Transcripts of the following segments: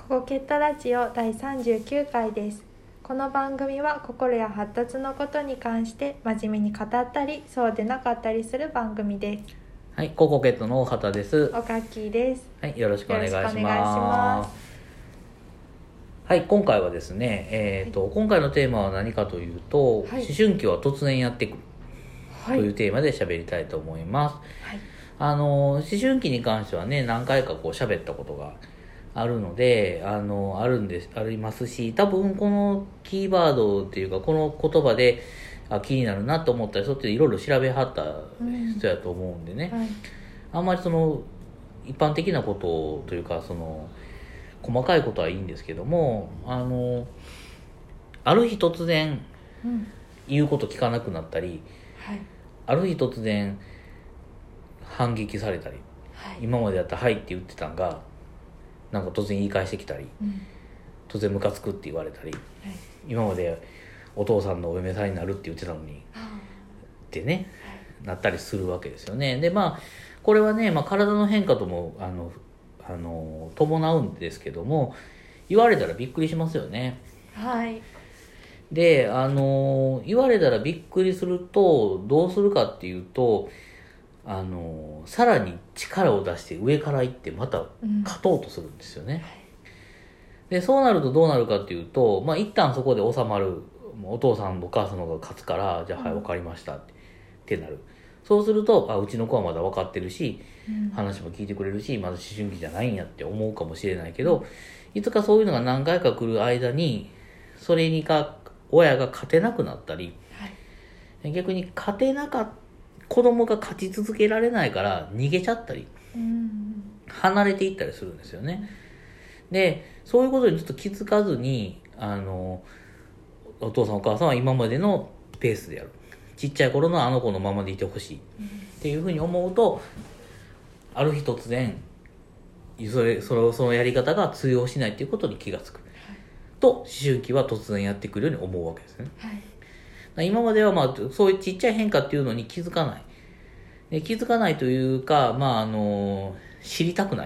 ココケットラジオ第39回です。この番組は心や発達のことに関して真面目に語ったりそうでなかったりする番組です。 はい、ココケットの大畑です。 おかきです。 はい、よろしくお願いします。 よろしくお願いします。 はい、今回はですね、今回のテーマは何かというと、 はい、 思春期は突然やってくる、 はい、 というテーマで喋りたいと思います。 はい、 思春期に関してはね、何回かこう喋ったことがあるので、ありますし、多分このキーワードっていうか、この言葉で気になるなと思ったり、そうやっていろいろ調べはった人やと思うんでね、 はい、 あんまりその一般的なことというか、その細かいことはいいんですけども、ある日突然言うこと聞かなくなったり、 はい、 ある日突然反撃されたり、 はい、 今までやったらはいって言ってたんがなんか突然言い返してきたり、突然ムカつくって言われたり、今までお父さんのお嫁さんになるって言ってたのにってね、なったりするわけですよね。でこれはね、体の変化とも伴うんですけども、言われたらびっくりしますよね。 はい。 で言われたらびっくりするとどうするかっていうと、さらに力を出して上から行ってまた勝とうとするんですよね。でそうなるとどうなるかっていうと、一旦そこで収まる。お父さんとお母さんの方が勝つから、じゃあはい分かりましたってなる。そうするとうちの子はまだ分かってるし、話も聞いてくれるし、まだ思春期じゃないんやって思うかもしれないけど、いつかそういうのが何回か来る間にそれに親が勝てなくなったり、逆に子供が勝ち続けられないから逃げちゃったり、離れていったりするんですよね。でそういうことにちょっと気づかずにお父さんお母さんは今までのペースでやる、ちっちゃい頃のあの子のままでいてほしいっていうふうに思うと、ある日突然そのやり方が通用しないっていうことに気がつく、と思春期は突然やってくるように思うわけですね。今まではそういうちっちゃい変化っていうのに気づかない。で気づかないというか、知りたくない。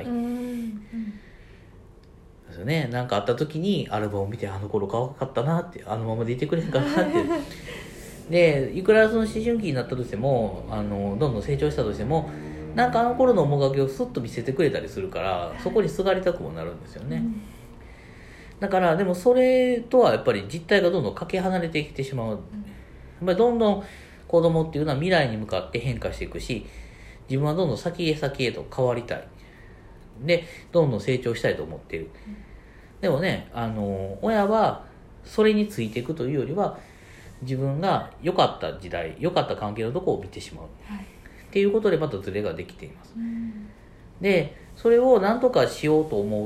ですよね。なんかあった時にアルバムを見て、あの頃可愛かったなって、あのままでいてくれへんかなって。で、いくらその思春期になったとしても、どんどん成長したとしても、なんかあの頃の面影をスッと見せてくれたりするから、そこにすがりたくもなるんですよね。だからでもそれとはやっぱり実態がどんどんかけ離れてきてしまう。やっぱりどんどん子供っていうのは未来に向かって変化していくし、自分はどんどん先へ先へと変わりたい。で、どんどん成長したいと思っている。でもね、親はそれについていくというよりは、自分が良かった時代、良かった関係のところを見てしまう。っていうことでまたズレができています。で、それを何とかしようと思って、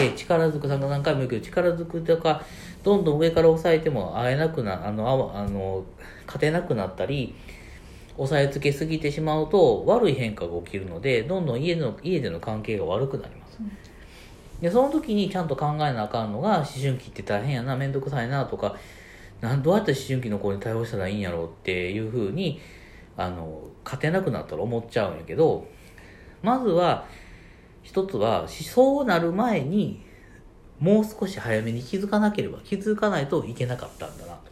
力ずく、さんが何回も言うけど、力ずくとか、どんどん上から押さえても勝てなくなったり、押さえつけすぎてしまうと悪い変化が起きるので、どんどん家での関係が悪くなります。でその時にちゃんと考えなあかんのが、思春期って大変やな、めんどくさいなとか、どうやって思春期の子に対応したらいいんやろうっていうふうに勝てなくなったら思っちゃうんやけど、まずは一つは、そうなる前にもう少し早めに気づかないといけなかったんだなと。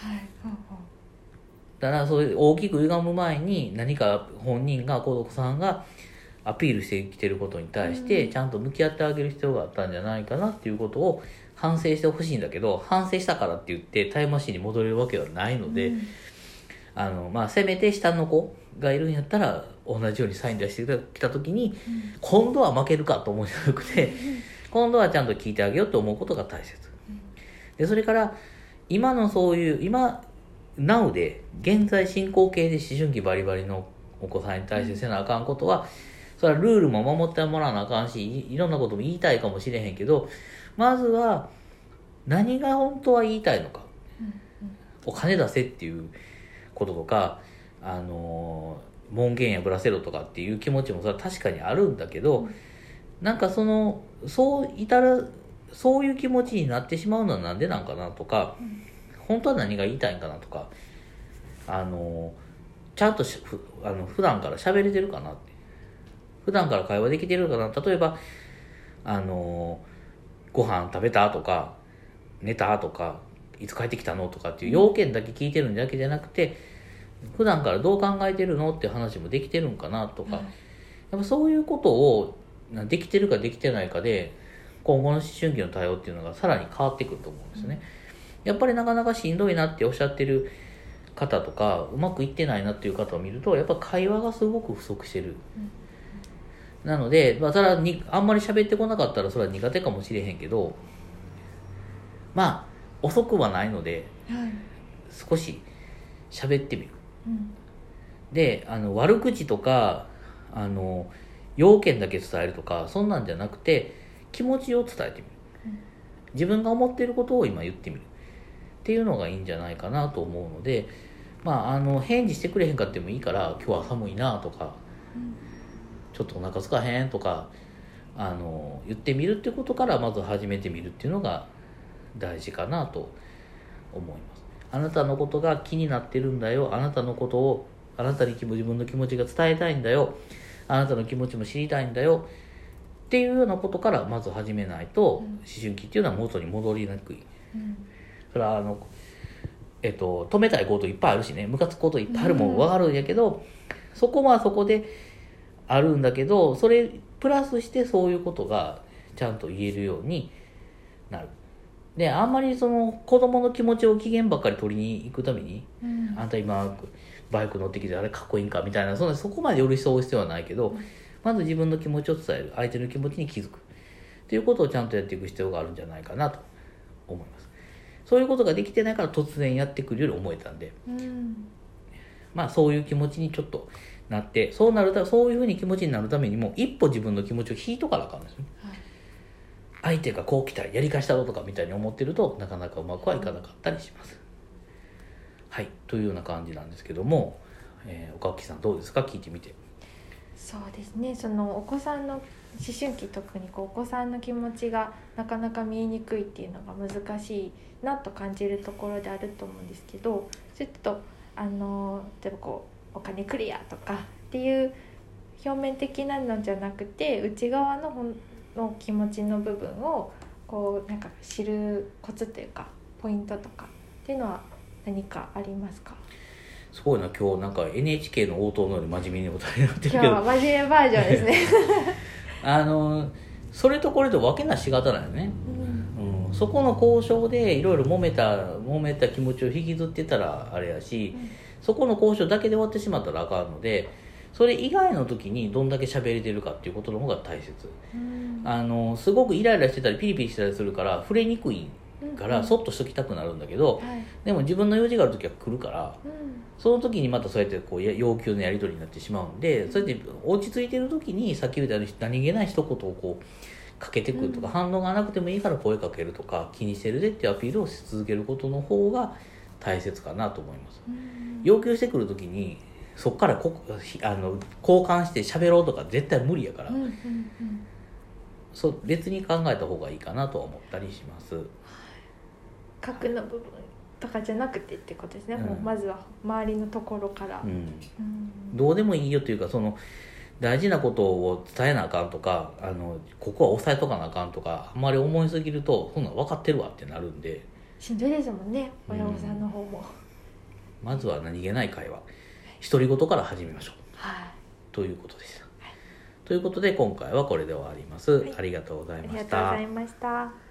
だからそういう大きく歪む前に、何か本人が、子さんがアピールしてきてることに対してちゃんと向き合ってあげる必要があったんじゃないかなっていうことを反省してほしいんだけど、反省したからって言ってタイムマシンに戻れるわけはないので、せめて下の子がいるんやったら同じようにサイン出してきた時に、今度は負けるかと思うんじゃなくて、今度はちゃんと聞いてあげようと思うことが大切で、それから今のそういうNow で現在進行形で思春期バリバリのお子さんに対してせなあかんことは、それはルールも守ってもらわなあかんし、いろんなことも言いたいかもしれへんけど、まずは何が本当は言いたいのか、お金出せっていうこととか、門限やぶらせろとかっていう気持ちもそれは確かにあるんだけど、なんかそういう気持ちになってしまうのはなんでなんかなとか、本当は何が言いたいんかなとか、ちゃんと普段から喋れてるかなって、普段から会話できてるかな。例えばごご飯食べたとか寝たとかいつ帰ってきたのとかっていう要件だけ聞いてるんだけじゃなくて、普段からどう考えてるのっていう話もできてるんかなとか、やっぱそういうことをできてるかできてないかで今後の思春期の対応っていうのがさらに変わってくると思うんですね。やっぱりなかなかしんどいなっておっしゃってる方とかうまくいってないなっていう方を見ると、やっぱ会話がすごく不足してる、なので、それはあんまり喋ってこなかったらそれは苦手かもしれへんけど、遅くはないので、少し喋ってみる、で悪口とか要件だけ伝えるとかそんなんじゃなくて気持ちを伝えてみる、自分が思っていることを今言ってみるっていうのがいいんじゃないかなと思うので、返事してくれへんかってもいいから今日は寒いなとか、ちょっとお腹空かへんとか言ってみるっていうことからまず始めてみるっていうのが大事かなと思います。あなたのことが気になってるんだよ、あなたのことをあなたに自分の気持ちが伝えたいんだよ、あなたの気持ちも知りたいんだよっていうようなことからまず始めないと、思春期っていうのは元に戻りにくい、それは止めたいこといっぱいあるしね、ムカつくこといっぱいあるもん分かるんやけど、そこはそこであるんだけど、それプラスしてそういうことがちゃんと言えるようになる。であんまりその子供の気持ちを機嫌ばっかり取りに行くために、あんた今バイク乗ってきてあれかっこいいんかみたいな、そこまで寄り添う必要はないけど、まず自分の気持ちを伝える、相手の気持ちに気づくっていうことをちゃんとやっていく必要があるんじゃないかなと思います。そういうことができてないから突然やってくるより思えたんで、そういう気持ちにちょっとなって、そういうふうに気持ちになるためにも一歩自分の気持ちを引いとかなあかんですよね、相手がこう来たらやり返したろとかみたいに思ってるとなかなかうまくはいかなかったりします。はい、というような感じなんですけども、岡脇さんどうですか、聞いてみて。 そうですね、そのお子さんの思春期、特にお子さんの気持ちがなかなか見えにくいっていうのが難しいなと感じるところであると思うんですけど、ちょっと例えばお金くれやとかっていう表面的なのじゃなくて、内側の気持ちの部分をなんか知るコツというかポイントとかっていうのは何かありますか？ すごいな、今日なんか NHK の応答のように真面目に答えになってるけど、 今日は真面目バージョンですねそれとこれと分けなしがたないよね、そこの交渉でいろいろ揉めた気持ちを引きずってたらあれやし、そこの交渉だけで終わってしまったらあかんので、それ以外の時にどんだけ喋れてるかっていうことの方が大切、すごくイライラしてたりピリピリしてたりするから触れにくいからそっとしときたくなるんだけど、でも自分の用事がある時は来るから、その時にまたそうやって要求のやり取りになってしまうんで、そうやって落ち着いてる時にさっき言ったように何気ない一言をかけてくるとか、反応がなくてもいいから声かけるとか、気にしてるでっていうアピールをし続けることの方が大切かなと思います。要求してくる時にそこから交換して喋ろうとか絶対無理やから、別に考えた方がいいかなとは思ったりします。 核の部分とかじゃなくてってことですね、もうまずは周りのところから、 どうでもいいよというか、その大事なことを伝えなあかんとか、ここは押さえとかなあかんとかあんまり思いすぎると、そんなん分かってるわってなるんで、 しんどいですもんね、親御さんの方も、 まずは何気ない会話、独り言から始めましょう、ということでした、ということで今回はこれで終わります、ありがとうございました。 ありがとうございました。